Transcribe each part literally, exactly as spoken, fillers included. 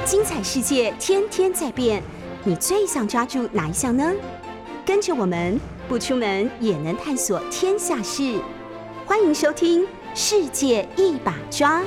精彩世界天天在变，你最想抓住哪一项呢？跟着我们不出门也能探索天下事，欢迎收听《世界一把抓》。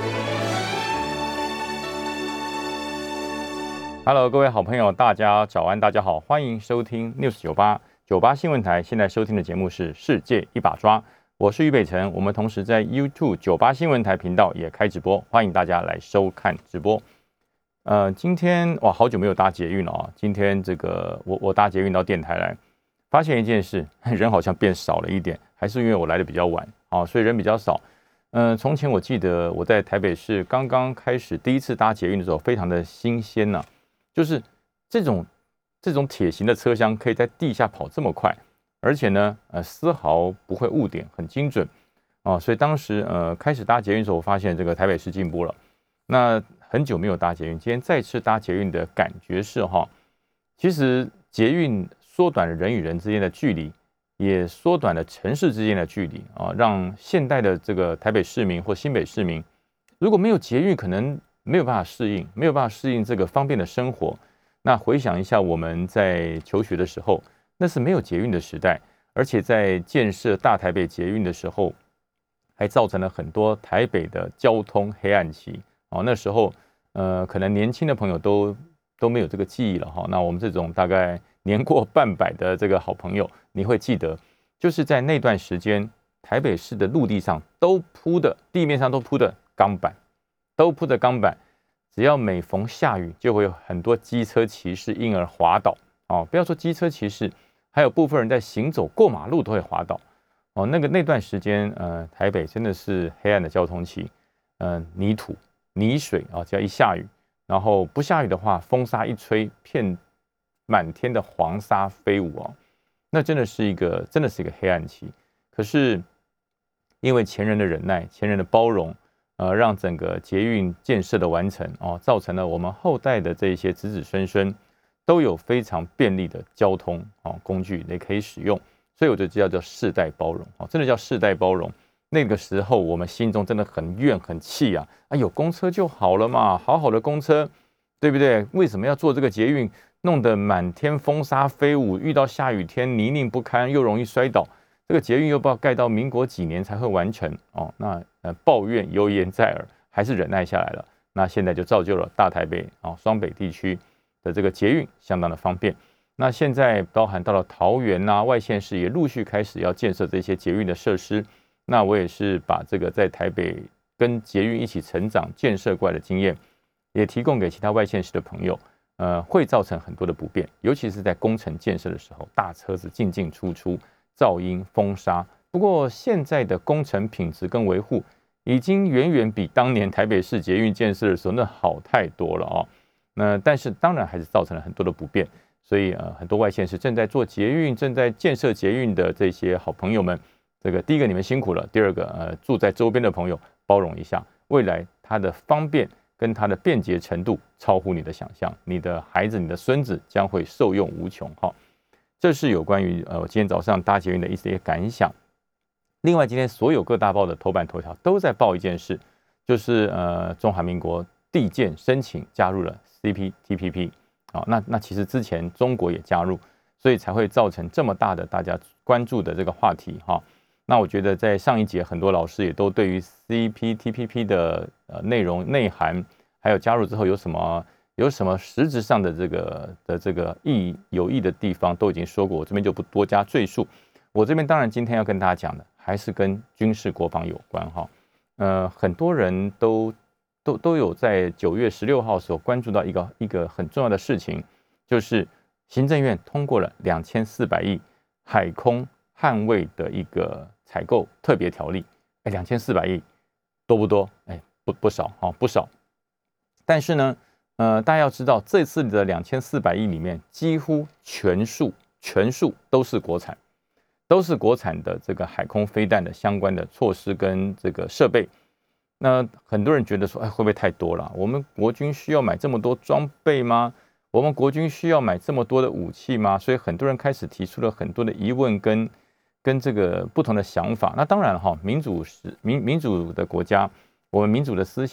Hello， 各位好朋友，大家早安，大家好，欢迎收听 News 九八九八新闻台。现在收听的节目是《世界一把抓》，我是于北辰。我们同时在 YouTube 九八新闻台频道也开直播，欢迎大家来收看直播。呃，今天哇，好久没有搭捷运了啊！今天这个我我搭捷运到电台来，发现一件事，人好像变少了一点，还是因为我来的比较晚啊，所以人比较少。呃，从前我记得我在台北市刚刚开始第一次搭捷运的时候，非常的新鲜呐、啊，就是这种这种铁型的车厢可以在地下跑这么快，而且呢，呃，丝毫不会误点，很精准啊。所以当时呃开始搭捷运的时候，我发现这个台北市进步了。那很久没有搭捷运，今天再次搭捷运的感觉是哈，其实捷运缩短了人与人之间的距离，也缩短了城市之间的距离啊，让现代的这个台北市民或新北市民，如果没有捷运，可能没有办法适应，没有办法适应这个方便的生活。那回想一下我们在求学的时候，那是没有捷运的时代，而且在建设大台北捷运的时候，还造成了很多台北的交通黑暗期。哦，那时候，呃，可能年轻的朋友都都没有这个记忆了哈。那我们这种大概年过半百的这个好朋友，你会记得，就是在那段时间，台北市的陆地上都铺的，地面上都铺的钢板，都铺的钢板，只要每逢下雨，就会有很多机车骑士因而滑倒。哦，不要说机车骑士，还有部分人在行走过马路都会滑倒。哦，那个那段时间，呃，台北真的是黑暗的交通期，呃，泥土。泥水啊，只要一下雨，然后不下雨的话，风沙一吹，片满天的黄沙飞舞啊，那真的是一个真的是一个黑暗期。可是因为前人的忍耐，前人的包容，呃，让整个捷运建设的完成哦，造成了我们后代的这些子子孙孙都有非常便利的交通哦工具也可以使用，所以我觉得这叫叫世代包容哦，真的叫世代包容。那个时候我们心中真的很怨很气啊！啊，有公车就好了嘛，好好的公车，对不对？为什么要做这个捷运，弄得满天风沙飞舞，遇到下雨天泥泞不堪，又容易摔倒？这个捷运又不知道盖到民国几年才会完成哦。那呃抱怨犹言在耳，还是忍耐下来了。那现在就造就了大台北啊、哦、双北地区的这个捷运相当的方便。那现在包含到了桃园啊，外县市也陆续开始要建设这些捷运的设施。那我也是把这个在台北跟捷运一起成长建设过来的经验，也提供给其他外县市的朋友。呃，会造成很多的不便，尤其是在工程建设的时候，大车子进进出出，噪音、风沙。不过现在的工程品质跟维护，已经远远比当年台北市捷运建设的时候那好太多了哦。那但是当然还是造成了很多的不便，所以呃，很多外县市正在做捷运、正在建设捷运的这些好朋友们。这个第一个你们辛苦了，第二个呃住在周边的朋友包容一下，未来它的方便跟它的便捷程度超乎你的想象，你的孩子、你的孙子将会受用无穷哈。这是有关于呃我今天早上搭捷运的一些感想。另外，今天所有各大报的头版头条都在报一件事，就是呃中华民国地建申请加入了 C P T P P 啊，那那其实之前中国也加入，所以才会造成这么大的大家关注的这个话题哈。那我觉得在上一节很多老师也都对于 C P T P P 的呃内容内涵，还有加入之后有什么有什么实质上的这个的这个意有益的地方都已经说过，我这边就不多加赘述。我这边当然今天要跟大家讲的还是跟军事国防有关哈。呃，很多人都都都有在九月十六号的时候关注到一个一个很重要的事情，就是行政院通过了两千四百亿海空捍卫的一个采购特别条例，哎，两千四百亿多不多？哎，不不少哈、哦，不少。但是呢，呃，大家要知道，这次的两千四百亿里面，几乎全数全数都是国产，都是国产的这个海空飞弹的相关的措施跟这个设备。那很多人觉得说，哎，会不会太多了？我们国军需要买这么多装备吗？我们国军需要买这么多的武器吗？所以很多人开始提出了很多的疑问跟跟这个不同的想法。那当然哈，民主是民民主的国家，我们民主的思想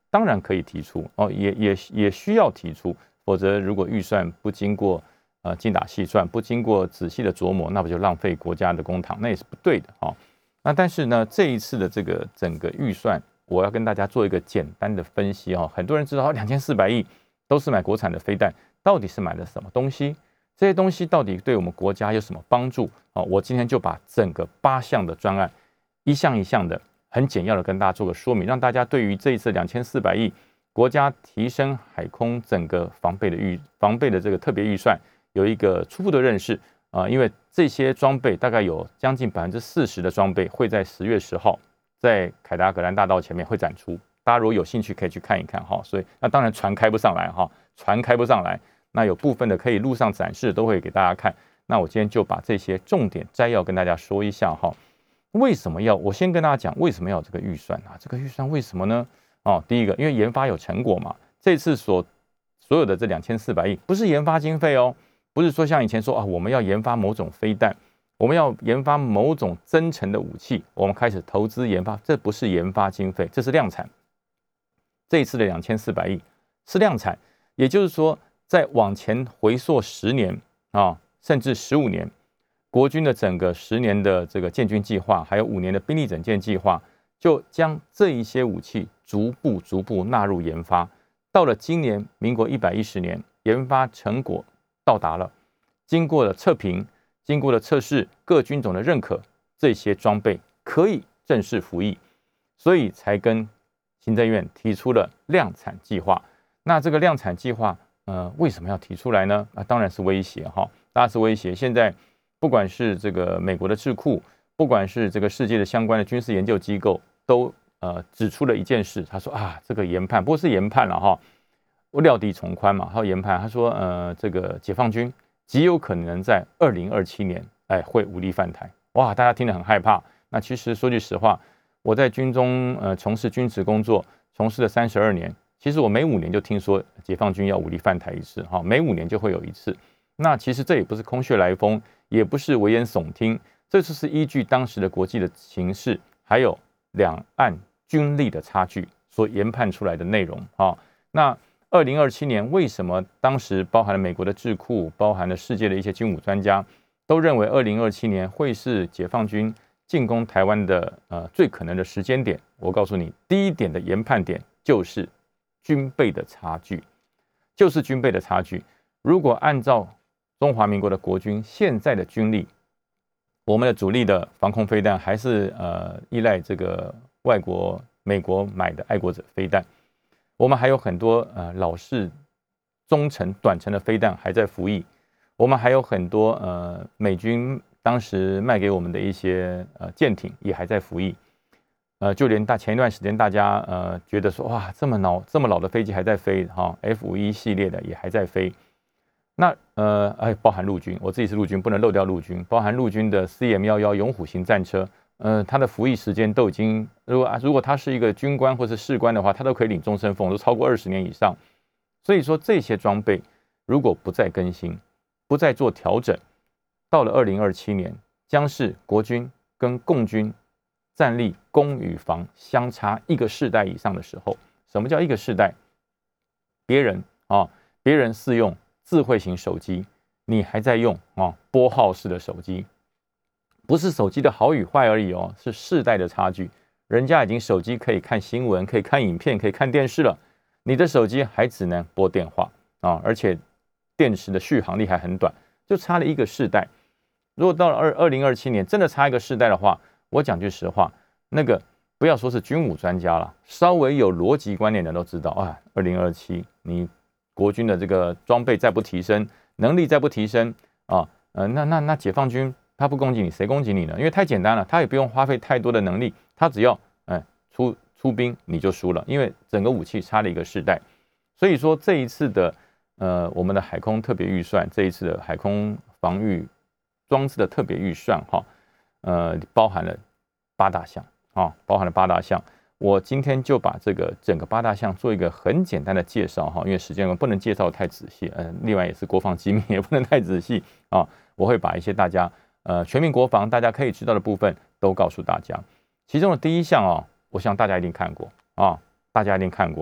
当然可以提出哦，也也也需要提出，否则如果预算不经过呃精打细算，不经过仔细的琢磨，那不就浪费国家的公帑，那也是不对的哈、哦。那但是呢，这一次的这个整个预算，我要跟大家做一个简单的分析哈、哦。很多人知道两千四百亿都是买国产的飞弹，到底是买了什么东西？这些东西到底对我们国家有什么帮助？哦，我今天就把整个八项的专案，一项一项的很简要的跟大家做个说明，让大家对于这一次两千四百亿国家提升海空整个防备的预防备的这个特别预算有一个初步的认识啊、呃。因为这些装备大概有将近百分之四十的装备会在十月十号在凯达格兰大道前面会展出，大家如果有兴趣可以去看一看哈。所以那当然船开不上来哈，船开不上来。那有部分的可以路上展示，都会给大家看。那我今天就把这些重点摘要跟大家说一下哈。为什么要？我先跟大家讲为什么要有这个预算啊？这个预算为什么呢？哦，第一个，因为研发有成果嘛。这次所所有的这两千四百亿不是研发经费哦，不是说像以前说啊，我们要研发某种飞弹，我们要研发某种增程的武器，我们开始投资研发，这不是研发经费，这是量产。这一次的两千四百亿是量产，也就是说。再往前回溯十年啊，甚至十五年，国军的整个十年的这个建军计划，还有五年的兵力整建计划，就将这一些武器逐步逐步纳入研发。到了今年，民国一百一十年，研发成果到达了，经过了测评，经过了测试，各军种的认可，这些装备可以正式服役，所以才跟行政院提出了量产计划。那这个量产计划。呃，为什么要提出来呢？啊，当然是威胁哈，当然是威胁。现在不管是这个美国的智库，不管是这个世界的相关的军事研究机构，都呃指出了一件事，他说啊，这个研判不过是研判了哈，我料敌从宽嘛，还有研判，他说呃，这个解放军极有可能在二零二七年哎会武力犯台，哇，大家听得很害怕。那其实说句实话，我在军中呃从事军职工作，从事了三十二年。其实我每五年就听说解放军要武力犯台一次，哈，每五年就会有一次。那其实这也不是空穴来风，也不是危言耸听，这就是依据当时的国际的形势，还有两岸军力的差距所研判出来的内容。哈，那二零二七年为什么当时包含了美国的智库，包含了世界的一些军武专家，都认为二零二七年会是解放军进攻台湾的呃最可能的时间点？我告诉你，第一点的研判点就是军备的差距，就是军备的差距。如果按照中华民国的国军现在的军力，我们的主力的防空飞弹还是呃依赖这个外国美国买的爱国者飞弹，我们还有很多呃老式中程、短程的飞弹还在服役，我们还有很多呃美军当时卖给我们的一些呃舰艇也还在服役。呃，就连大前一段时间，大家呃觉得说，哇，这么老这么老的飞机还在飞哈 ，F 五一系列的也还在飞。那呃，哎，包含陆军，我自己是陆军，不能漏掉陆军，包含陆军的 C M 一一勇虎型战车，呃，它的服役时间都已经，如果如果他是一个军官或是士官的话，他都可以领终身俸，都超过二十年以上。所以说这些装备如果不再更新，不再做调整，到了二零二七年，将是国军跟共军战力攻与防相差一个世代以上的时候。什么叫一个世代？别人啊，别人是用智慧型手机，你还在用啊拨号式的手机，不是手机的好与坏而已哦，是世代的差距。人家已经手机可以看新闻，可以看影片，可以看电视了，你的手机还只能拨电话啊，而且电池的续航力还很短，就差了一个世代。如果到了二二零二七年真的差一个世代的话，我讲句实话，那个不要说是军武专家了，稍微有逻辑观念的人都知道啊，二零二七你国军的这个装备再不提升，能力再不提升啊，呃，那那那解放军他不攻击你，谁攻击你呢？因为太简单了，他也不用花费太多的能力，他只要哎出出兵你就输了，因为整个武器差了一个世代。所以说这一次的呃我们的海空特别预算，这一次的海空防御装置的特别预算哈。呃，包含了八大项啊，包含了八大项。我今天就把这个整个八大项做一个很简单的介绍哈，因为时间不能介绍太仔细，呃，另外也是国防机密，也不能太仔细啊。我会把一些大家呃全民国防大家可以知道的部分都告诉大家。其中的第一项啊，我想大家一定看过啊，大家一定看过，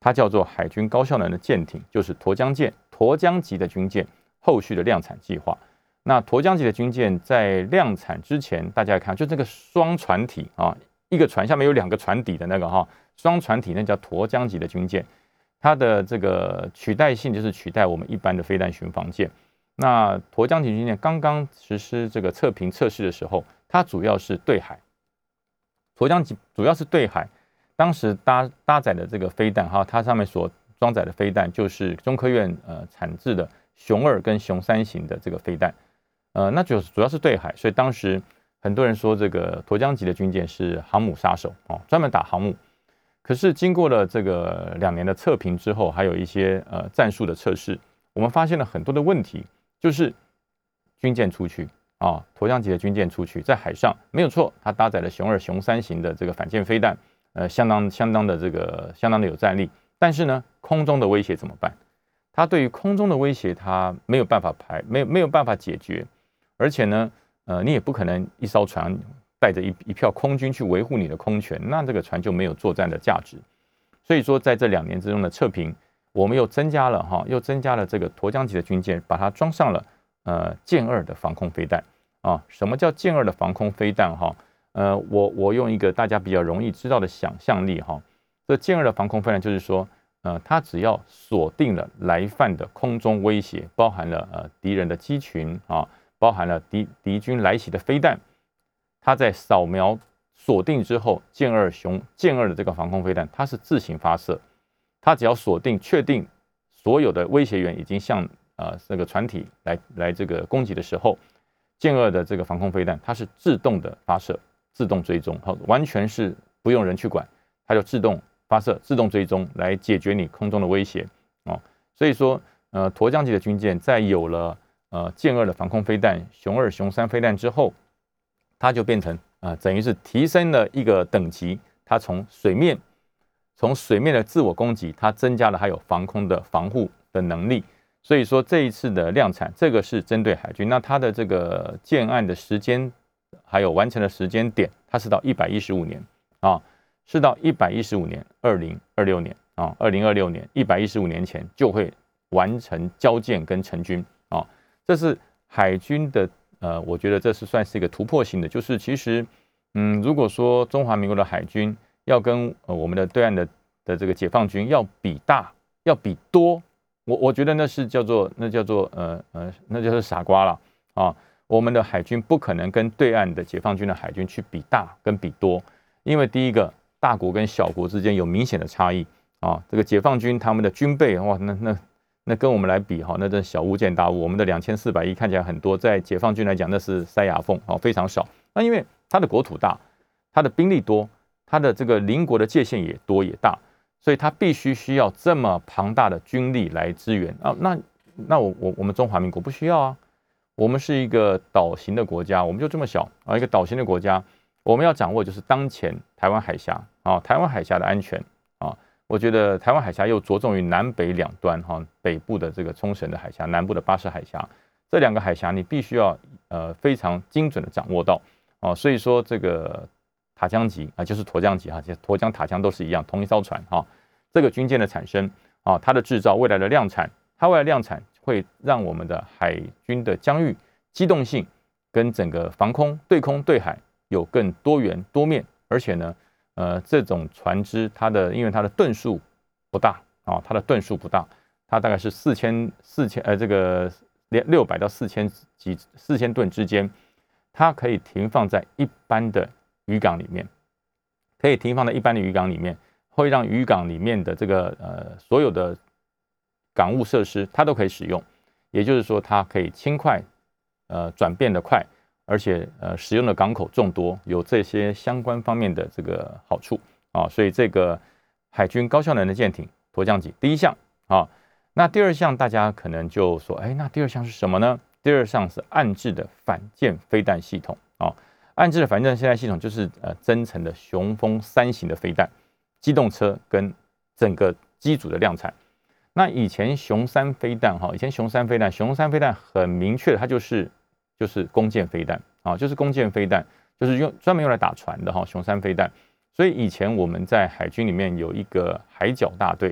它叫做海军高效能的舰艇，就是沱江舰、沱江级的军舰后续的量产计划。那沱江级的军舰在量产之前，大家看，就这个双船体啊，一个船下面有两个船底的那个哈，双船体那叫沱江级的军舰，它的这个取代性就是取代我们一般的飞弹巡防舰。那沱江级军舰刚刚实施这个测评测试的时候，它主要是对海，沱江级主要是对海。当时搭搭载的这个飞弹哈，它上面所装载的飞弹就是中科院呃产制的雄二跟雄三型的这个飞弹。呃，那就是主要是对海，所以当时很多人说这个沱江级的军舰是航母杀手哦，专门打航母。可是经过了这个两年的测评之后，还有一些呃战术的测试，我们发现了很多的问题，就是军舰出去啊，沱江级的军舰出去，在海上没有错，它搭载了雄二、雄三型的这个反舰飞弹，呃，相当相当的这个相当的有战力。但是呢，空中的威胁怎么办？它对于空中的威胁，它没有办法排，没有没有办法解决。而且呢，呃，你也不可能一艘船带着一一票空军去维护你的空权，那这个船就没有作战的价值。所以说，在这两年之中的测评，我们又增加了哈，又增加了这个沱江级的军舰，把它装上了呃舰二的防空飞弹啊。什么叫舰二的防空飞弹哈？呃，我我用一个大家比较容易知道的想象力哈，这舰二的防空飞弹就是说，呃，它只要锁定了来犯的空中威胁，包含了呃敌人的机群啊。包含了敌敌军来袭的飞弹，它在扫描锁定之后，舰二雄舰二的这个防空飞弹，它是自行发射，它只要锁定确定所有的威胁源已经向呃这个船体来来这个攻击的时候，舰二的这个防空飞弹它是自动的发射，自动追踪，好，完全是不用人去管，它就自动发射、自动追踪来解决你空中的威胁哦。所以说，呃，沱江级的军舰在有了呃，舰二的防空飞弹、雄二、雄三飞弹之后，它就变成呃，等于是提升了一个等级。它从水面，从水面的自我攻击，它增加了还有防空的防护的能力。所以说这一次的量产，这个是针对海军。那它的这个建案的时间，还有完成的时间点，它是到一百一十五年啊，是到一百一十五年，二零二六年啊，二零二六年一百一十五年前就会完成交建跟成军啊。这是海军的，呃，我觉得这是算是一个突破性的，就是其实，嗯，如果说中华民国的海军要跟呃我们的对岸的的这个解放军要比大，要比多，我我觉得那是叫做那叫做呃呃那就是傻瓜了啊！我们的海军不可能跟对岸的解放军的海军去比大跟比多，因为第一个大国跟小国之间有明显的差异啊，这个解放军他们的军备哇，那那。那跟我们来比哈，那这小巫见大巫。我们的两千四百亿看起来很多，在解放军来讲那是塞牙缝啊，非常少。那因为它的国土大，它的兵力多，它的这个邻国的界限也多也大，所以它必须需要这么庞大的军力来支援啊。那那我我我们中华民国不需要啊，我们是一个岛型的国家，我们就这么小啊，一个岛型的国家，我们要掌握就是当前台湾海峡啊，台湾海峡的安全啊。我觉得台湾海峡又着重于南北两端哈，北部的这个冲绳的海峡，南部的巴士海峡，这两个海峡你必须要呃非常精准的掌握到哦。所以说这个塔江级啊，就是沱江级哈，沱江、塔江都是一样，同一艘船哈。这个军舰的产生啊，它的制造，未来的量产，它未来量产会让我们的海军的疆域机动性跟整个防空、对空、对海有更多元多面，而且呢。呃，这种船只，它的因为它的吨数不大啊，它的吨数不大，它大概是四千四千呃这个六百到四千几四千吨之间，它可以停放在一般的渔港里面，可以停放在一般的渔港里面，会让渔港里面的这个呃所有的港务设施它都可以使用，也就是说它可以轻快，呃转变的快。而且呃，使用的港口众多，有这些相关方面的这个好处啊，所以这个海军高效能的舰艇沱江级第一项啊，那第二项大家可能就说，哎，那第二项是什么呢？第二项是岸置的反舰飞弹系统啊，岸置的反舰飞弹系统就是呃增程的雄风三型的飞弹，机动车跟整个机组的量产。那以前雄三飞弹哈，以前雄三飞弹，雄三飞弹很明确的，它就是。就是弓箭飞弹啊，就是弓箭飞弹，就是用专门用来打船的哈，雄三飞弹。所以以前我们在海军里面有一个海角大队，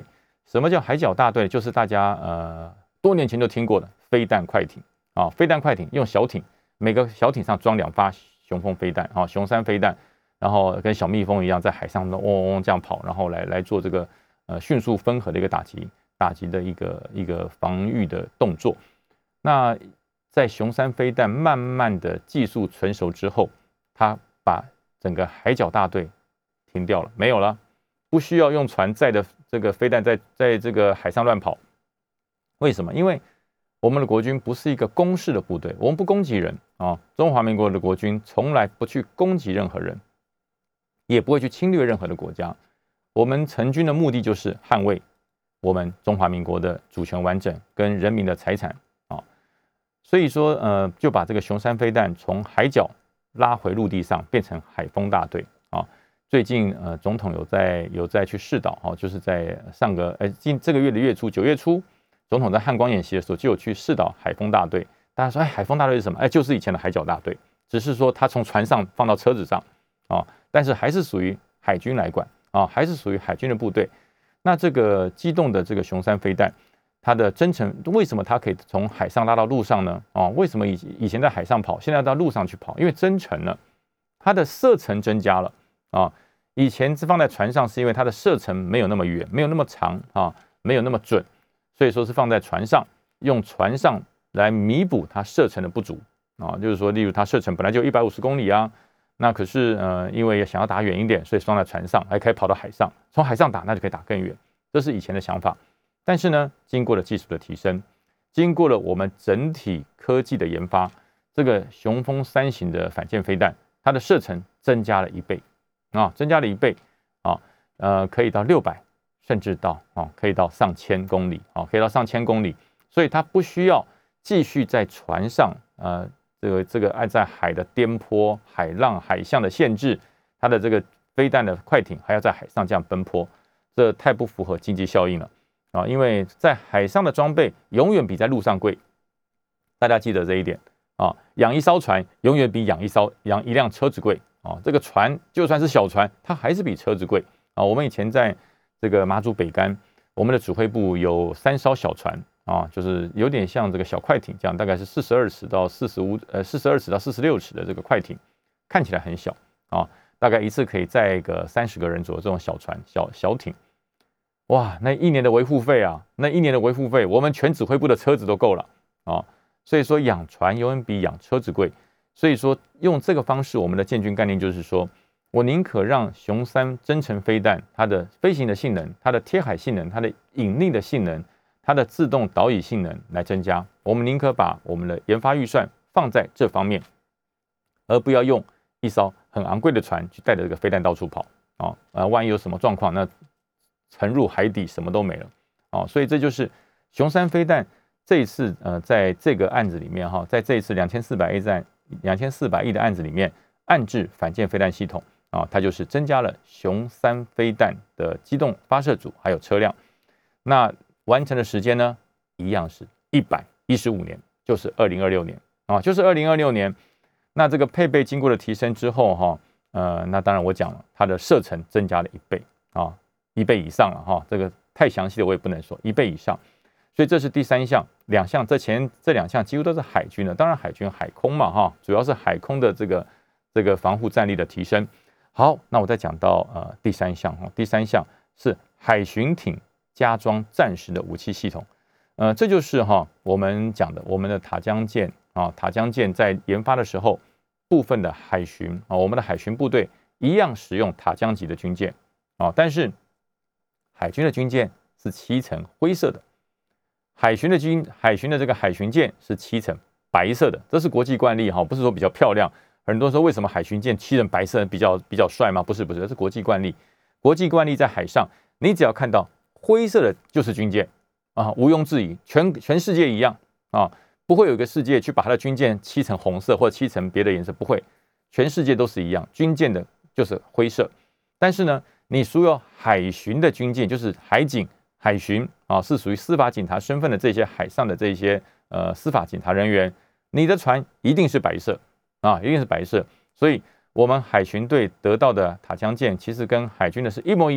什么叫海角大队？就是大家呃多年前就听过的飞弹快艇啊，飞弹快艇用小艇，每个小艇上装两发雄风飞弹啊，雄三飞弹，然后跟小蜜蜂一样在海上嗡嗡嗡这样跑，然后来来做这个呃迅速分合的一个打击打击的一个一个防御的动作。那在雄三飞弹慢慢的技术成熟之后，它把整个海角大队停掉了，没有了，不需要用船载的这个飞弹在在这个海上乱跑。为什么？因为我们的国军不是一个攻势的部队，我们不攻击人啊。中华民国的国军从来不去攻击任何人，也不会去侵略任何的国家。我们成军的目的就是捍卫我们中华民国的主权完整跟人民的财产啊。所以说，呃，就把这个雄三飞弹从海角拉回陆地上，变成海锋大队啊。最近呃，总统有在有在去试导哈，就是在上个呃近这个月的月初，九月初，总统在汉光演习的时候就有去试导海锋大队。大家说，哎，海锋大队是什么？哎，就是以前的海角大队，只是说它从船上放到车子上啊，但是还是属于海军来管啊，还是属于海军的部队。那这个机动的这个雄三飞弹，它的增程为什么它可以从海上拉到陆上呢？啊，为什么以以前在海上跑，现在到陆上去跑？因为增程了，它的射程增加了啊。以前是放在船上，是因为它的射程没有那么远，没有那么长啊，没有那么准，所以说是放在船上，用船上来弥补它射程的不足啊。就是说，例如它射程本来就一百五十公里啊，那可是呃，因为想要打远一点，所以放在船上，还可以跑到海上，从海上打那就可以打更远，这是以前的想法。但是呢，经过了技术的提升，经过了我们整体科技的研发，这个雄风三型的反舰飞弹，它的射程增加了一倍啊，增加了一倍啊，呃，可以到六百，甚至到啊，可以到上千公里啊，可以到上千公里，所以它不需要继续在船上，呃，这个这个按在海的颠簸、海浪、海象的限制，它的这个飞弹的快艇还要在海上这样奔波，这太不符合经济效应了。啊，因为在海上的装备永远比在陆上贵，大家记得这一点啊。养一艘船永远比养一艘养一辆车子贵啊。这个船就算是小船，它还是比车子贵啊。我们以前在这个马祖北竿，我们的指挥部有三艘小船啊，就是有点像这个小快艇这样，大概是四十二尺到四十五呃四十二尺到四十六尺的这个快艇，看起来很小啊，大概一次可以载个三十个人左右这种小船小小艇。哇，那一年的维护费啊，那一年的维护费，我们全指挥部的车子都够了啊。所以说养船永远比养车子贵。所以说用这个方式，我们的建军概念就是说，我宁可让雄三增程飞弹它的飞行的性能、它的贴海性能、它的引力的性能、它的自动导引性能来增加。我们宁可把我们的研发预算放在这方面，而不要用一艘很昂贵的船去带着这个飞弹到处跑啊。呃，万一有什么状况，那沉入海底，什么都没了啊！所以这就是雄三飞弹这一次呃，在这个案子里面哈，在这一次两千四百亿战两千四百亿的案子里面，岸置反舰飞弹系统啊，它就是增加了雄三飞弹的机动发射组还有车辆。那完成的时间呢，一样是一百一十五年，就是二零二六年啊，就是二零二六年。那这个配备经过了提升之后哈，呃，那当然我讲了，它的射程增加了一倍啊。一倍以上了哈，这个太详细的我也不能说，一倍以上，所以这是第三项，两项这前这两项几乎都是海军的，当然海军海空嘛哈，主要是海空的这个这个防护战力的提升。好，那我再讲到呃第三项哈，第三项是海巡艇加装战时的武器系统，呃，这就是哈我们讲的我们的塔江舰啊，塔江舰在研发的时候，部分的海巡啊，我们的海巡部队一样使用塔江级的军舰啊，但是海军的军舰是漆成灰色的，海巡的军海巡的这个海巡舰是漆成白色的，这是国际惯例哈，不是说比较漂亮。很多人说为什么海巡舰漆成白色比较比较帅吗？不是不是，这是国际惯例。国际惯例在海上，你只要看到灰色的就是军舰啊，毋庸置疑，全全世界一样啊，不会有一个世界去把它的军舰漆成红色或者漆成别的颜色，不会，全世界都是一样，军舰的就是灰色。但是呢，你所有海巡的军舰，就是海警、海巡啊，是属于司法警察身份的这些海上的这些呃司法警察人员，你的船一定是白色啊，一定是白色。所以，我们海巡队得到的塔江舰其实跟海军的是一模一样的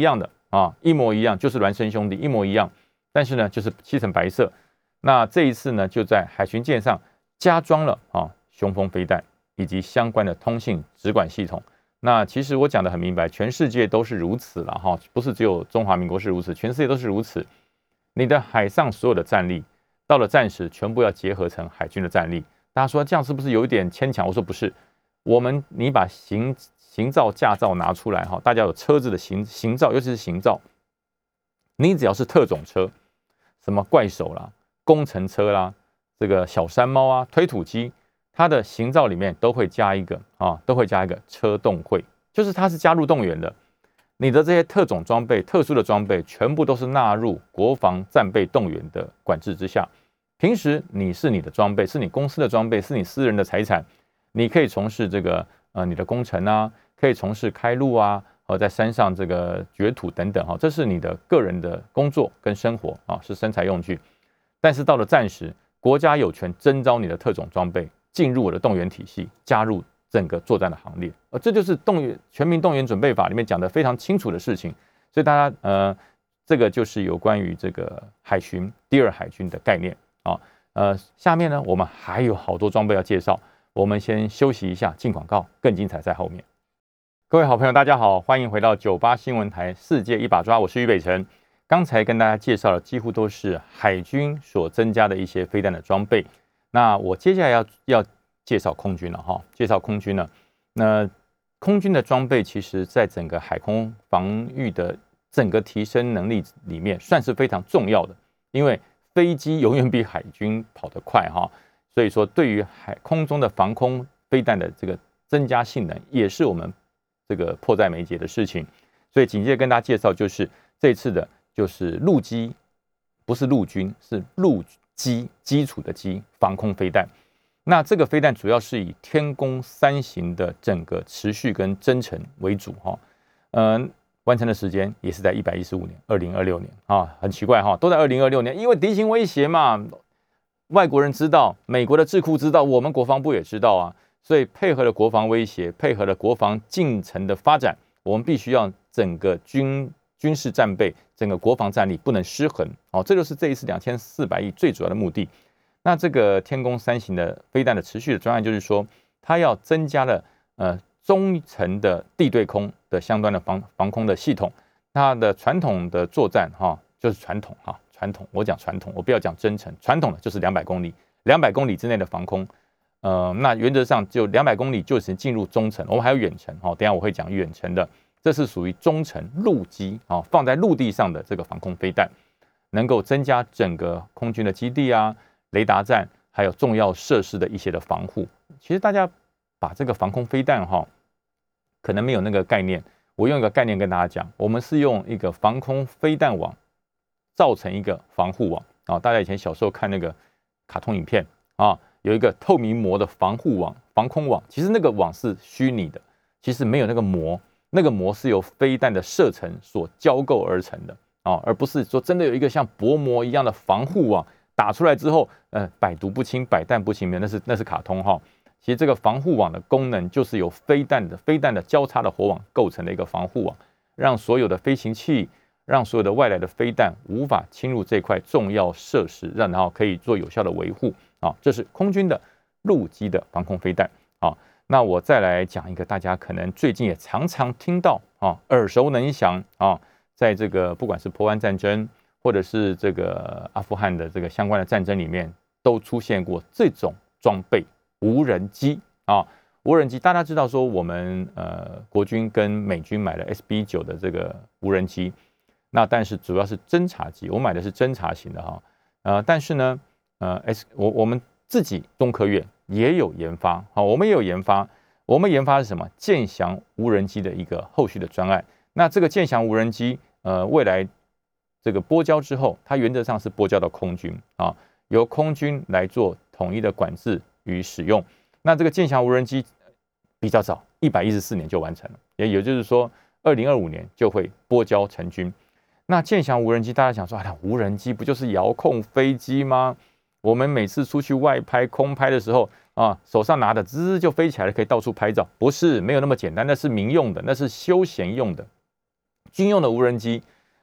啊，一模一样，就是孪生兄弟，一模一样。但是呢，就是漆成白色。那这一次呢，就在海巡舰上加装了啊雄风飞弹以及相关的通信直管系统。那其实我讲得很明白，全世界都是如此了哈，不是只有中华民国是如此，全世界都是如此。你的海上所有的战力，到了战时全部要结合成海军的战力。大家说这样是不是有一点牵强？我说不是，我们你把行行照驾照拿出来哈，大家有车子的行行照，尤其是行照，你只要是特种车，什么怪手啦、工程车啦、这个小山猫啊、推土机，它的行照里面都会加一个啊，都会加一个车动会，就是它是加入动员的。你的这些特种装备、特殊的装备，全部都是纳入国防战备动员的管制之下。平时你是你的装备，是你公司的装备，是你私人的财产，你可以从事这个呃你的工程啊，可以从事开路啊，呃在山上这个掘土等等哈，这是你的个人的工作跟生活啊，是生财用具。但是到了战时，国家有权征召你的特种装备进入我的动员体系，加入整个作战的行列。呃，这就是动员全民动员准备法里面讲的非常清楚的事情。所以大家呃，这个就是有关于这个海巡第二海军的概念。啊，呃，下面呢，我们还有好多装备要介绍，我们先休息一下，进广告，更精彩在后面。各位好朋友，大家好，欢迎回到九八新闻台世界一把抓，我是于北辰。刚才跟大家介绍的几乎都是海军所增加的一些飞弹的装备，那我接下来要要介绍空军了哈，介绍空军呢，那空军的装备其实在整个海空防御的整个提升能力里面，算是非常重要的，因为飞机永远比海军跑得快哈，所以说对于海空中的防空飞弹的这个增加性能，也是我们这个迫在眉睫的事情。所以紧接着跟大家介绍，就是这次的就是陆基，不是陆军，是陆基基础的基防空飞弹。那这个飞弹主要是以天宫三型的整个持续跟增程为主哈，嗯。完成的时间也是在一百一十五年，二零二六年啊，很奇怪哈，都在二零二六年，因为敌情威胁嘛，外国人知道，美国的智库知道，我们国防部也知道啊，所以配合了国防威胁，配合了国防进程的发展，我们必须要整个军军事战备，整个国防战力不能失衡哦，这就是这一次两千四百亿最主要的目的。那这个天宫三型的飞弹的持续的专案，就是说它要增加了呃。中程的地对空的相关的防防空的系统，它的传统的作战哈，就是传统哈，传统我讲传统，我不要讲真诚，传统的就是两百公里，两百公里之内的防空，呃，那原则上就两百公里就只进入中程，我们还有远程哈，等一下我会讲远程的，这是属于中程陆基啊，放在陆地上的这个防空飞弹，能够增加整个空军的基地啊、雷达站还有重要设施的一些的防护。其实大家把这个防空飞弹哈。可能没有那个概念，我用一个概念跟大家讲，我们是用一个防空飞弹网造成一个防护网啊。大家以前小时候看那个卡通影片啊，有一个透明膜的防护网、防空网，其实那个网是虚拟的，其实没有那个膜，那个膜是由飞弹的射程所交构而成的啊，而不是说真的有一个像薄膜一样的防护网打出来之后，呃，百毒不侵、百弹不侵的，那是那是卡通哈。其实这个防护网的功能就是由飞弹的飞弹的交叉的火网构成的一个防护网，让所有的飞行器、让所有的外来的飞弹无法侵入这块重要设施，让然后可以做有效的维护啊。这是空军的陆基的防空飞弹啊。那我再来讲一个大家可能最近也常常听到啊，耳熟能详啊，在这个不管是波湾战争或者是这个阿富汗的这个相关的战争里面，都出现过这种装备。无人机啊，无人机，大家知道说我们呃国军跟美军买了 S B 九的这个无人机，那但是主要是侦察机，我买的是侦察型的哈，呃，但是呢，呃 S 我我们自己中科院也有研发，好，我们也有研发，我们研发是什么？剑翔无人机的一个后续的专案。那这个剑翔无人机，呃，未来这个拨交之后，它原则上是拨交到空军啊，由空军来做统一的管制与使用。那这个剑翔无人机比较早，一百一十四年就完成了，也也就是说，二零二五年就会拨交成军。那剑翔无人机，大家想说，啊，无人机不就是遥控飞机吗？我们每次出去外拍、空拍的时候啊，手上拿的滋就飞起来了，可以到处拍照。不是，没有那么简单，那是民用的，那是休闲用的。军用的无人机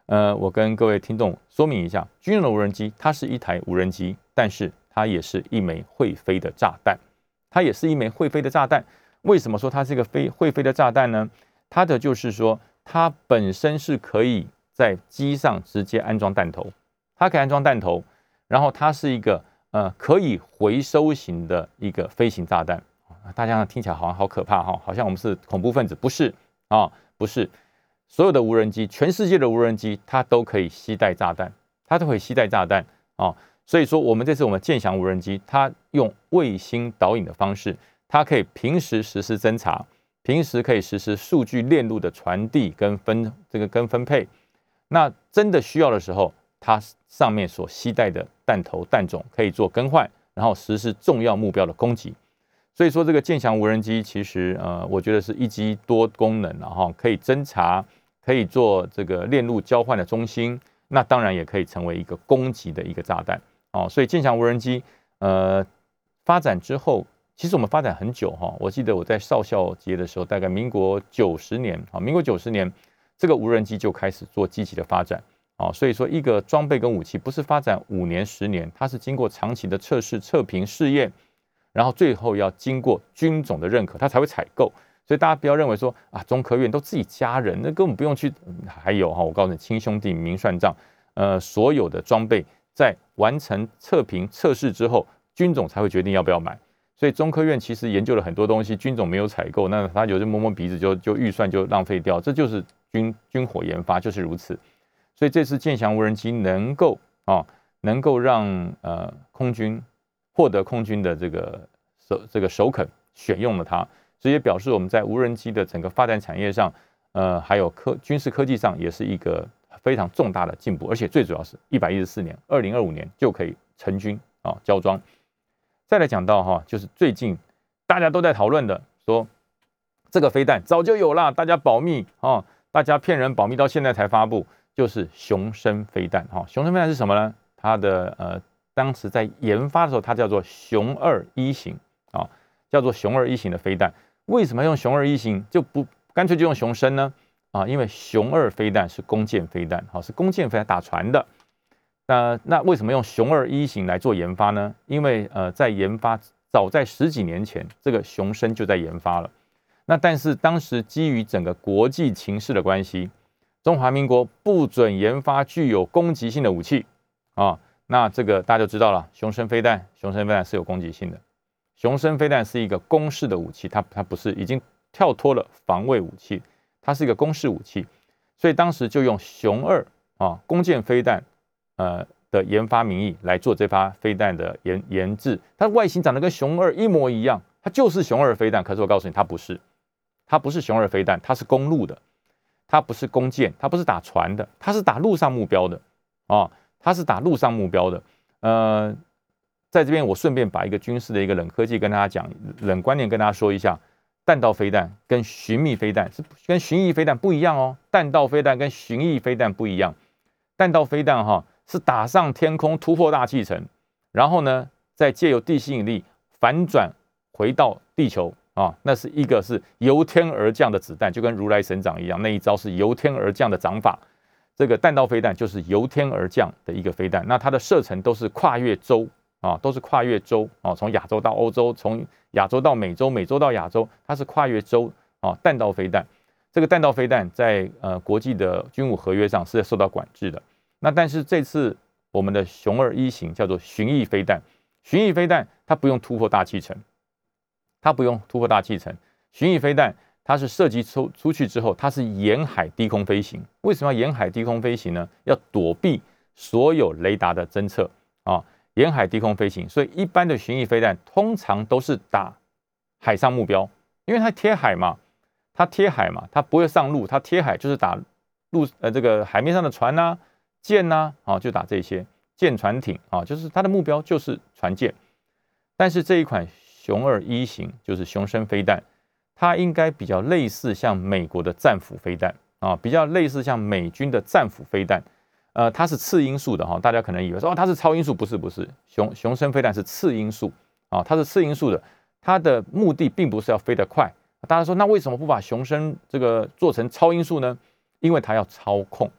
呃，我跟各位听众说明一下，军用的无人机它是一台无人机，但是它也是一枚会飞的炸弹，它也是一枚会飞的炸弹。为什么说它是一个飞会飞的炸弹呢？它的就是说，它本身是可以在机上直接安装弹头，它可以安装弹头，然后它是一个呃可以回收型的一个飞行炸弹。大家听起来好像好可怕哈，好像我们是恐怖分子，不是啊，不是。所有的无人机，全世界的无人机，它都可以携带炸弹，它都可以携带炸弹啊。所以说，我们这次我们剑翔无人机，它用卫星导引的方式，它可以平时实施侦察，平时可以实施数据链路的传递跟分这个跟分配。那真的需要的时候，它上面所携带的弹头弹种可以做更换，然后实施重要目标的攻击。所以说，这个剑翔无人机其实呃，我觉得是一机多功能，然后可以侦察，可以做这个链路交换的中心，那当然也可以成为一个攻击的一个炸弹哦。所以剑翔无人机呃发展之后，其实我们发展很久哈。我记得我在少校节的时候，大概民国九十年啊，民国九十年，这个无人机就开始做积极的发展啊。所以说，一个装备跟武器不是发展五年十年，它是经过长期的测试、测评、试验。然后最后要经过军种的认可，它才会采购。所以大家不要认为说啊，中科院都自己家人，那根本不用去。还有哈，我告诉你，亲兄弟明算账。呃，所有的装备在完成测评测试之后，军种才会决定要不要买。所以中科院其实研究了很多东西，军种没有采购，那他有就摸摸鼻子就就预算就浪费掉，这就是军军火研发就是如此。所以这次剑翔无人机能够啊，能够让呃空军。获得空军的这个首这个首肯选用了它，所以也表示我们在无人机的整个发展产业上，呃，还有科军事科技上也是一个非常重大的进步，而且最主要是一百一十四年，二零二五年就可以成军啊交装。再来讲到哈，就是最近大家都在讨论的，说这个飞弹早就有了，大家保密啊，大家骗人保密到现在才发布，就是雄升飞弹哈。雄升飞弹是什么呢？它的呃。当时在研发的时候，它叫做雄二一型啊，叫做雄二一型的飞弹。为什么用雄二一型就不干脆就用雄升呢？啊，因为雄二飞弹是弓箭飞弹，好，是弓箭飞弹打船的。那那为什么用雄二一型来做研发呢？因为呃，在研发早在十几年前，这个雄升就在研发了。那但是当时基于整个国际情势的关系，中华民国不准研发具有攻击性的武器啊。那这个大家就知道了，雄升飞弹，雄升飞弹是有攻击性的。雄升飞弹是一个攻势的武器，它它不是已经跳脱了防卫武器，它是一个攻势武器。所以当时就用雄二啊弓箭飞弹呃的研发名义来做这发飞弹的研研制。它外形长得跟雄二一模一样，它就是雄二飞弹。可是我告诉你，它不是，它不是雄二飞弹，它是公路的，它不是弓箭，它不是打船的，它是打陆上目标的啊。它是打陆上目标的，呃，在这边我顺便把一个军事的一个冷科技跟大家讲，冷观念跟大家说一下，弹道飞弹跟巡弋飞弹是跟巡弋飞弹不一样哦，弹道飞弹跟巡弋飞弹不一样，弹道飞弹哈是打上天空突破大气层，然后呢再借由地心引力反转回到地球啊，那是一个是由天而降的子弹，就跟如来神掌一样，那一招是由天而降的掌法。这个弹道飞弹就是由天而降的一个飞弹，那它的射程都是跨越洲啊，都是跨越洲啊，从亚洲到欧洲，从亚洲到美洲，美洲到亚洲，它是跨越洲啊。弹道飞弹，这个弹道飞弹在呃国际的军武合约上是受到管制的。那但是这次我们的雄二一型叫做巡弋飞弹，巡弋飞弹它不用突破大气层，它不用突破大气层，巡弋飞弹。它是射击出出去之后，它是沿海低空飞行。为什么要沿海低空飞行呢？要躲避所有雷达的侦测啊，沿海低空飞行。所以一般的巡弋飞弹通常都是打海上目标，因为它贴海嘛，它贴海嘛，它不会上路，它贴海就是打陆呃这个海面上的船呐、啊、舰呐啊，就打这些舰船艇啊，就是它的目标就是船舰。但是这一款雄二一型就是雄升飞弹。它应该比较类似像美国的战斧飞弹啊，比较类似像美军的战斧飞弹，呃，它是次音速的哈，大家可能以为说哦它是超音速，不是不是，雄雄升飞弹是次音速啊，它是次音速的，它的目的并不是要飞得快。大家说那为什么不把雄升这个做成超音速呢？因为它要操控，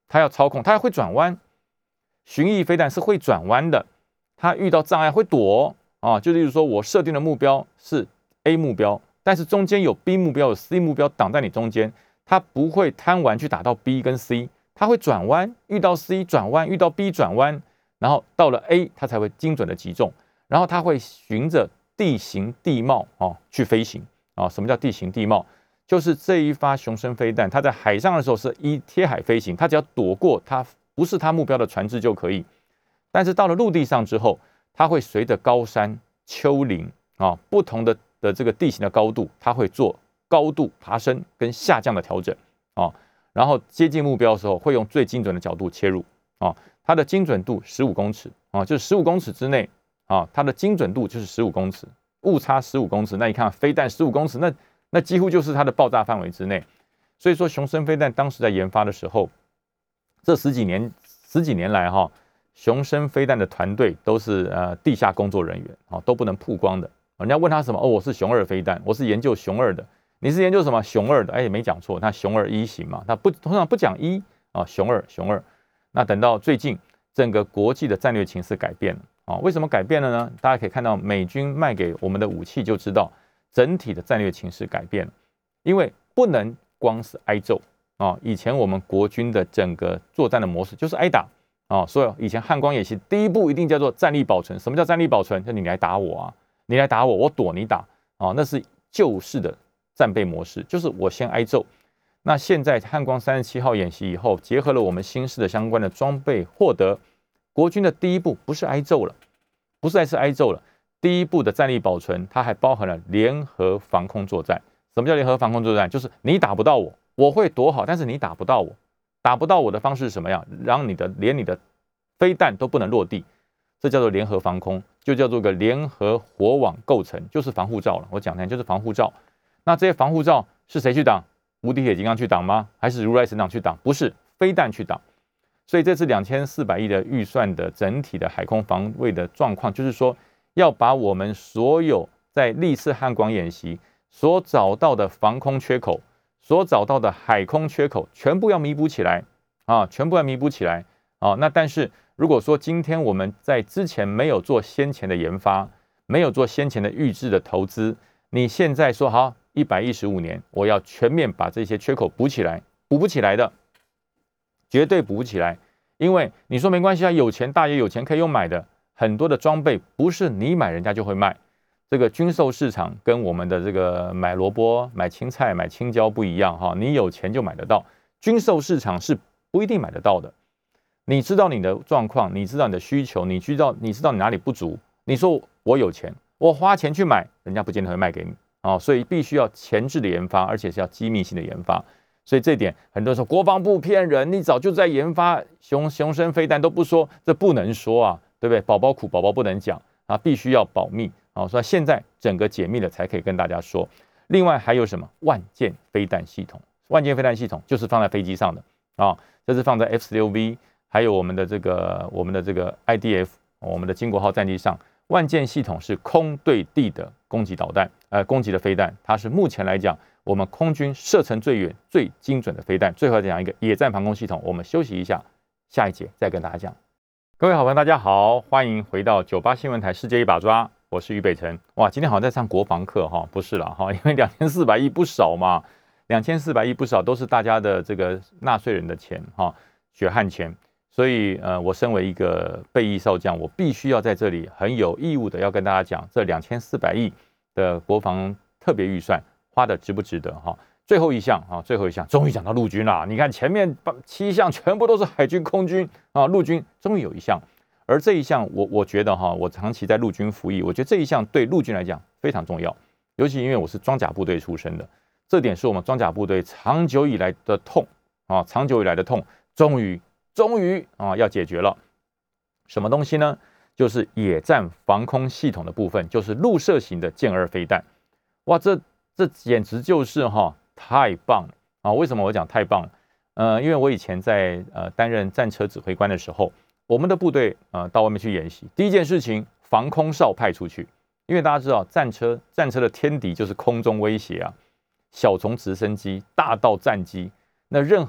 它要操控，它会转弯。巡弋飞弹是会转弯的，它遇到障碍会躲啊。就例如说，我设定的目标是 A 目标，但是中间有 B 目标、有 C 目标挡在你中间，它不会贪玩去打到 B 跟 C， 它会转弯，遇到 C 转弯，遇到 B 转弯，然后到了 A， 它才会精准的击中。然后它会循着地形地貌啊去飞行啊。什么叫地形地貌？就是这一发雄升飞弹，它在海上的时候是依贴海飞行，它只要躲过它不是它目标的船只就可以。但是到了陆地上之后，它会随着高山、丘陵啊不同的的这个地形的高度，它会做高度爬升跟下降的调整啊。然后接近目标的时候，会用最精准的角度切入啊。它的精准度十五公尺啊，就是十五公尺之内啊，它的精准度就是十五公尺，误差十五公尺。那你看飞弹十五公尺，那那几乎就是它的爆炸范围之内。所以说，雄升飞弹当时在研发的时候，这十几年十几年来哈，雄升飞弹的团队都是呃地下工作人员啊，都不能曝光的。人家问他什么？哦，我是雄二飞弹，我是研究雄二的。你是研究什么？雄二的？哎，没讲错，那雄二一型嘛，他不通常不讲一啊，雄二雄二。那等到最近整个国际的战略情势改变了啊，为什么改变了呢？大家可以看到美军卖给我们的武器就知道。整体的战略情势改变了，因为不能光是挨揍啊。以前我们国军的整个作战的模式就是挨打啊，所以以前汉光演习第一步一定叫做战力保存。什么叫战力保存？就你来打我啊，你来打我，我躲你打啊，那是旧式的战备模式，就是我先挨揍。那现在汉光三十七号演习以后，结合了我们新式的相关的装备获得，国军的第一步不是挨揍了，不是再是挨揍了。第一步的战力保存，它还包含了联合防空作战。什么叫联合防空作战？就是你打不到我，我会躲好，但是你打不到我。打不到我的方式是什么样？让你的连你的飞弹都不能落地，这叫做联合防空，就叫做个联合火网构成，就是防护罩了。我讲的就是防护罩。那这些防护罩是谁去挡？无敌铁金刚去挡吗？还是如来神掌去挡？不是，飞弹去挡。所以这次两千四百亿的预算的整体的海空防卫的状况，就是说。要把我们所有在历次汉光演习所找到的防空缺口、所找到的海空缺口，全部要弥补起来啊！全部要弥补起来啊！那但是如果说今天我们在之前没有做先前的研发，没有做先前的预制的投资，你现在说好一百一十五年，我要全面把这些缺口补起来，补不起来的，绝对补不起来。因为你说没关系啊，有钱大爷有钱可以用买的。很多的装备不是你买人家就会卖，这个军售市场跟我们的这个买萝卜、买青菜、买青椒不一样哈，你有钱就买得到，军售市场是不一定买得到的。你知道你的状况，你知道你的需求，你知道你知道你哪里不足，你说我有钱，我花钱去买，人家不见得会卖给你啊，所以必须要前置的研发，而且是要机密性的研发。所以这点很多人说国防部骗人，你早就在研发雄雄升飞弹都不说，这不能说啊。对不对？宝宝苦，宝宝不能讲啊，必须要保密啊。所以现在整个解密了才可以跟大家说。另外还有什么万箭飞弹系统？万箭飞弹系统就是放在飞机上的啊，这是放在 F 十六 V， 还有我们的这个我们的这个 I D F， 我们的经国号战机上，万箭系统是空对地的攻击导弹，呃，攻击的飞弹，它是目前来讲我们空军射程最远、最精准的飞弹。最后讲一个野战防空系统，我们休息一下，下一节再跟大家讲。各位好朋友，大家好，欢迎回到九八新闻台世界一把抓，我是于北辰。哇，今天好像在上国防课哈，不是啦哈，因为两千四百亿不少嘛，两千四百亿不少，都是大家的这个纳税人的钱哈，血汗钱。所以呃，我身为一个备役少将，我必须要在这里很有义务的要跟大家讲，这两千四百亿的国防特别预算花的值不值得哈。最后一项啊，最后一项终于讲到陆军啦！你看前面七项全部都是海军、空军啊，陆军终于有一项，而这一项我我觉得哈，我长期在陆军服役，我觉得这一项对陆军来讲非常重要，尤其因为我是装甲部队出身的，这点是我们装甲部队长久以来的痛啊，长久以来的痛，终于终于啊要解决了。什么东西呢？就是野战防空系统的部分，就是陆射型的箭二飞弹。哇，这这简直就是哈！太棒了啊！为什么我讲太棒了？呃，因为我以前在呃担任战车指挥官的时候，我们的部队呃到外面去演习，第一件事情防空哨派出去，因为大家知道战车战车的天敌就是空中威胁啊，小从直升机，大到战机，那任何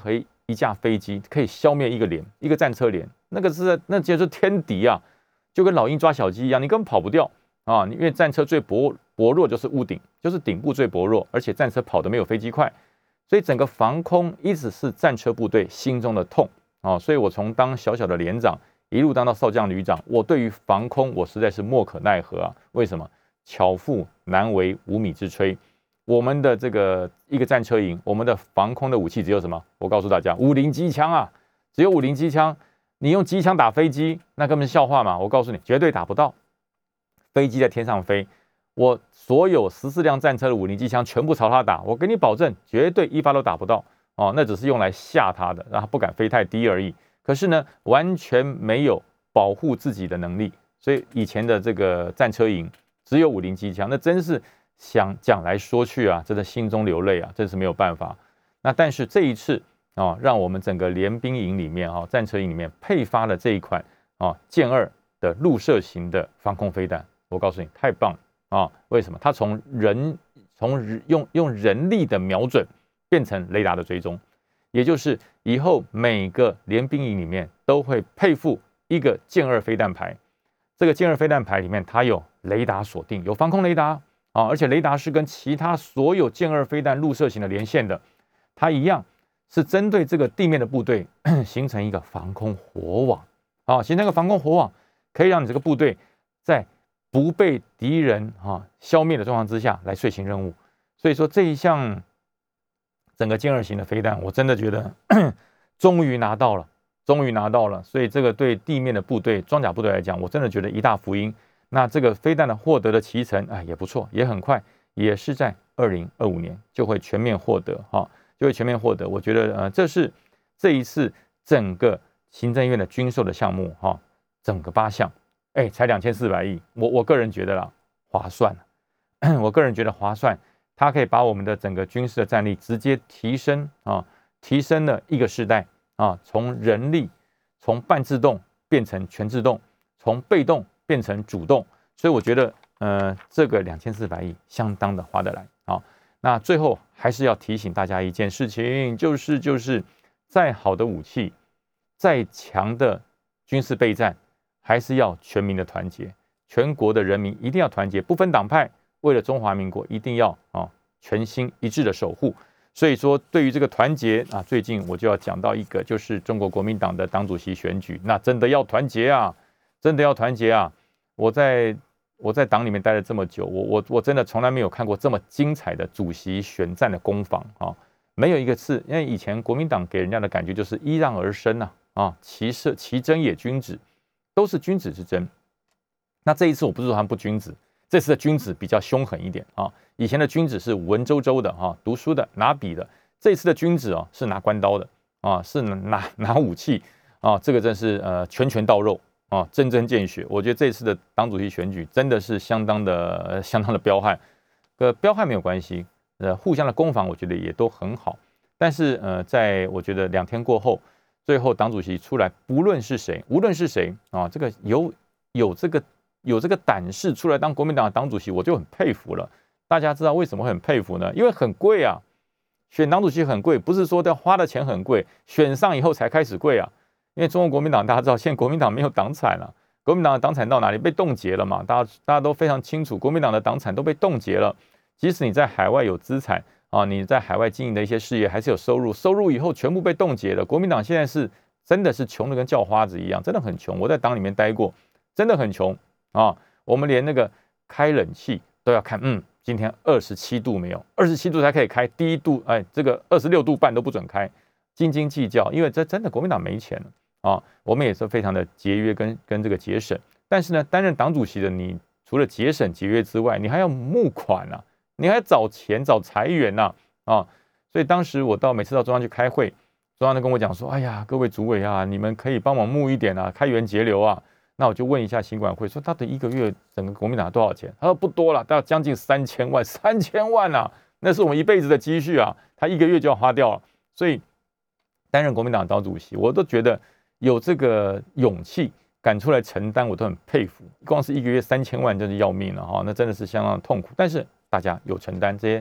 一架飞机可以消灭一个连，一个战车连，那个是那简直是天敌啊，就跟老鹰抓小鸡一样，你根本跑不掉啊！因为战车最薄薄弱就是屋顶，就是顶部最薄弱，而且战车跑得没有飞机快，所以整个防空一直是战车部队心中的痛啊！所以我从当小小的连长一路当到少将旅长，我对于防空我实在是莫可奈何啊！为什么？巧妇难为无米之炊。我们的这个一个战车营，我们的防空的武器只有什么？我告诉大家，五零机枪啊，只有五零机枪。你用机枪打飞机，那根本是笑话嘛！我告诉你，绝对打不到。飞机在天上飞，我所有十四辆战车的五零机枪全部朝它打，我给你保证，绝对一发都打不到哦。那只是用来吓他的，让他不敢飞太低而已。可是呢，完全没有保护自己的能力。所以以前的这个战车营只有五零机枪，那真是想讲来说去啊，真的心中流泪啊，真是没有办法。那但是这一次啊，让我们整个联兵营里面啊，战车营里面配发了这一款啊剑二的陆射型的防空飞弹，我告诉你，太棒了啊！为什么？它从人从用用人力的瞄准变成雷达的追踪，也就是以后每个联兵营里面都会配附一个剑二飞弹排。这个剑二飞弹排里面，它有雷达锁定，有防空雷达啊，而且雷达是跟其他所有剑二飞弹陆射型的连线的，它一样是针对这个地面的部队形成一个防空火网啊，形成一个防空火网，可以让你这个部队在不被敌人啊消灭的状况之下来遂行任务。所以说这一项整个剑二型的飞弹，我真的觉得终于拿到了。终于拿到了，所以这个对地面的部队、装甲部队来讲，我真的觉得一大福音。那这个飞弹的获得的期程，哎，也不错，也很快，也是在二零二五年就会全面获得，哈，就会全面获得。我觉得，呃，这是这一次整个行政院的军售的项目，哈，整个八项，哎，才两千四百亿，我我个人觉得啦，划算，我个人觉得划算，它可以把我们的整个军事的战力直接提升啊，提升了一个世代。啊，从人力从半自动变成全自动，从被动变成主动，所以我觉得，呃，这个两千四百亿相当的划得来。好，那最后还是要提醒大家一件事情，就是就是再好的武器，再强的军事备战，还是要全民的团结，全国的人民一定要团结，不分党派，为了中华民国一定要啊全心一致的守护。所以说，对于这个团结啊，最近我就要讲到一个，就是中国国民党的党主席选举，那真的要团结啊，真的要团结啊！我在我在党里面待了这么久，我我我真的从来没有看过这么精彩的主席选战的攻防啊，没有一个次，因为以前国民党给人家的感觉就是揖让而生啊，啊，其色其真也君子，都是君子之争。那这一次我不是说他们不君子。这次的君子比较凶狠一点啊，以前的君子是文绉绉的哈，读书的拿笔的，这次的君子哦是拿关刀的啊，是拿拿武器啊，这个真是呃拳拳到肉啊，针针见血。我觉得这次的党主席选举真的是相当的、呃、相当的彪悍，呃彪悍没有关系，呃互相的攻防我觉得也都很好，但是呃在我觉得两天过后，最后党主席出来，不论是谁，无论是谁啊，这个有有这个。有这个胆识出来当国民党的党主席，我就很佩服了。大家知道为什么会很佩服呢？因为很贵啊，选党主席很贵，不是说要花的钱很贵，选上以后才开始贵啊。因为中国国民党大家知道，现在国民党没有党产了，国民党的党产到哪里被冻结了嘛？大家大家都非常清楚，国民党的党产都被冻结了。即使你在海外有资产啊，你在海外经营的一些事业还是有收入，收入以后全部被冻结了。国民党现在是真的是穷的跟叫花子一样，真的很穷。我在党里面待过，真的很穷。啊，我们连那个开冷气都要看，嗯，今天二十七度没有，二十七度才可以开，第一度，哎，这个二十六度半都不准开，斤斤计较，因为这真的国民党没钱了啊，我们也是非常的节约跟跟这个节省，但是呢，担任党主席的你，除了节省节约之外，你还要募款啊，你还要找钱找财源呐，啊，所以当时我到每次到中央去开会，中央都跟我讲说，哎呀，各位主委啊，你们可以帮忙募一点啊，开源节流啊。那我就问一下新管会，说他的一个月整个国民党多少钱？他说不多了，大概将近三千万，三千万啊，那是我们一辈子的积蓄啊，他一个月就要花掉了。所以担任国民党党主席，我都觉得有这个勇气敢出来承担，我都很佩服。光是一个月三千万，真是要命了哈，那真的是相当痛苦。但是大家有承担，这些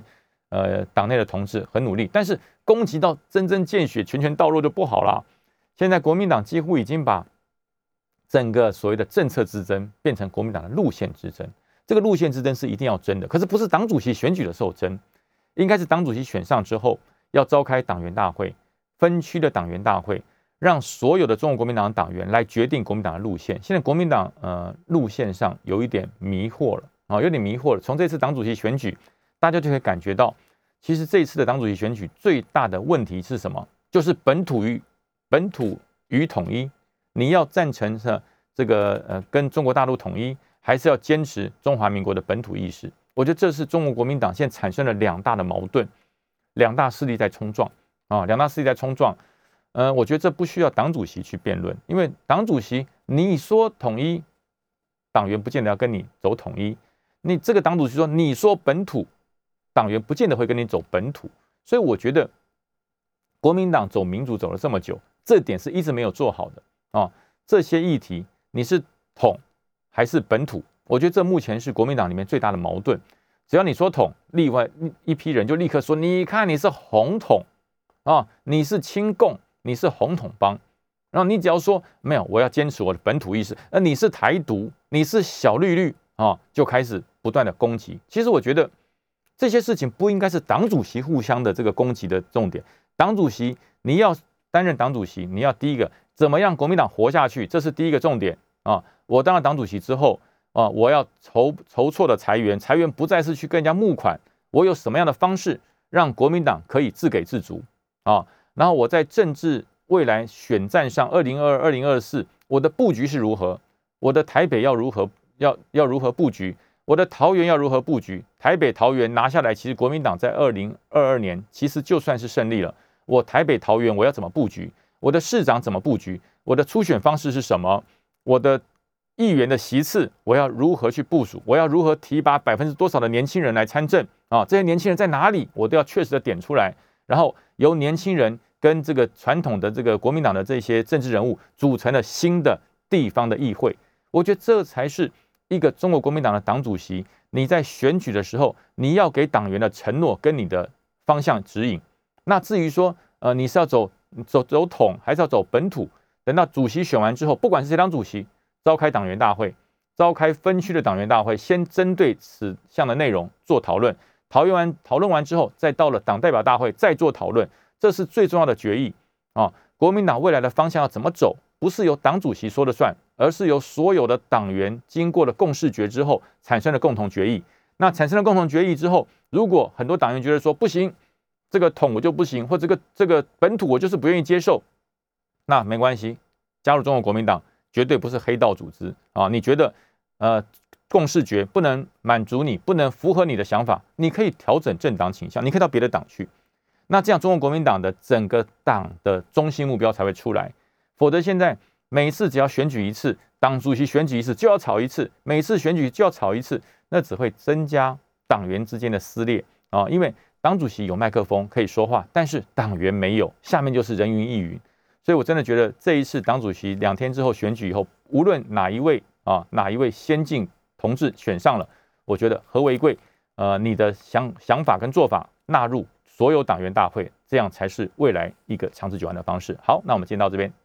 呃党内的同志很努力，但是攻击到针针见血、拳拳到肉就不好了。现在国民党几乎已经把整个所谓的政策之争变成国民党的路线之争，这个路线之争是一定要争的，可是不是党主席选举的时候争，应该是党主席选上之后要召开党员大会，分区的党员大会，让所有的中国国民党党员来决定国民党的路线。现在国民党呃路线上有一点迷惑了啊，有点迷惑了。从这次党主席选举，大家就可以感觉到，其实这一次的党主席选举最大的问题是什么？就是本土与本土与统一。你要赞成是这个呃跟中国大陆统一，还是要坚持中华民国的本土意识？我觉得这是中国国民党现在产生了两大的矛盾，两大势力在冲撞啊，两大势力在冲撞。呃，我觉得这不需要党主席去辩论，因为党主席你说统一，党员不见得要跟你走统一；你这个党主席说你说本土，党员不见得会跟你走本土。所以我觉得国民党走民主走了这么久，这点是一直没有做好的。啊，这些议题你是统还是本土？我觉得这目前是国民党里面最大的矛盾。只要你说统，另外一批人就立刻说：“你看你是红统啊，你是亲共，你是红统帮。”然后你只要说没有，我要坚持我的本土意识，那你是台独，你是小绿绿啊，就开始不断的攻击。其实我觉得这些事情不应该是党主席互相的这个攻击的重点。党主席你要担任党主席，你要第一个。怎么让国民党活下去？这是第一个重点啊！我当了党主席之后啊，我要筹筹措的财源，财源不再是去跟人家募款，我有什么样的方式让国民党可以自给自足啊？然后我在政治未来选战上，二零二二、二零二四，我的布局是如何？我的台北要如何要要如何布局？我的桃园要如何布局？台北、桃园拿下来，其实国民党在二零二二年其实就算是胜利了。我台北、桃园我要怎么布局？我的市长怎么布局？我的初选方式是什么？我的议员的席次我要如何去部署？我要如何提拔百分之多少的年轻人来参政啊？这些年轻人在哪里？我都要确实的点出来，然后由年轻人跟这个传统的这个国民党的这些政治人物组成了新的地方的议会。我觉得这才是一个中国国民党的党主席，你在选举的时候，你要给党员的承诺跟你的方向指引。那至于说，呃，你是要走走走统还是要走本土？等到主席选完之后，不管是谁当主席，召开党员大会，召开分区的党员大会，先针对此项的内容做讨论，讨论完讨论完之后，再到了党代表大会再做讨论，这是最重要的决议啊！国民党未来的方向要怎么走，不是由党主席说了算，而是由所有的党员经过了共识决之后产生了共同决议。那产生了共同决议之后，如果很多党员觉得说不行，这个统我就不行，或这个这个本土我就是不愿意接受，那没关系，加入中国国民党绝对不是黑道组织啊！你觉得呃共识决不能满足你，不能符合你的想法，你可以调整政党倾向，你可以到别的党去。那这样中国国民党的整个党的中心目标才会出来。否则现在每次只要选举一次，党主席选举一次就要吵一次，每次选举就要吵一次，那只会增加党员之间的撕裂啊！因为党主席有麦克风可以说话，但是党员没有，下面就是人云亦云。所以我真的觉得这一次党主席两天之后选举以后，无论哪一位啊哪一位先进同志选上了，我觉得何为贵，呃，你的想想法跟做法纳入所有党员大会，这样才是未来一个长治久安的方式。好，那我们今天到这边，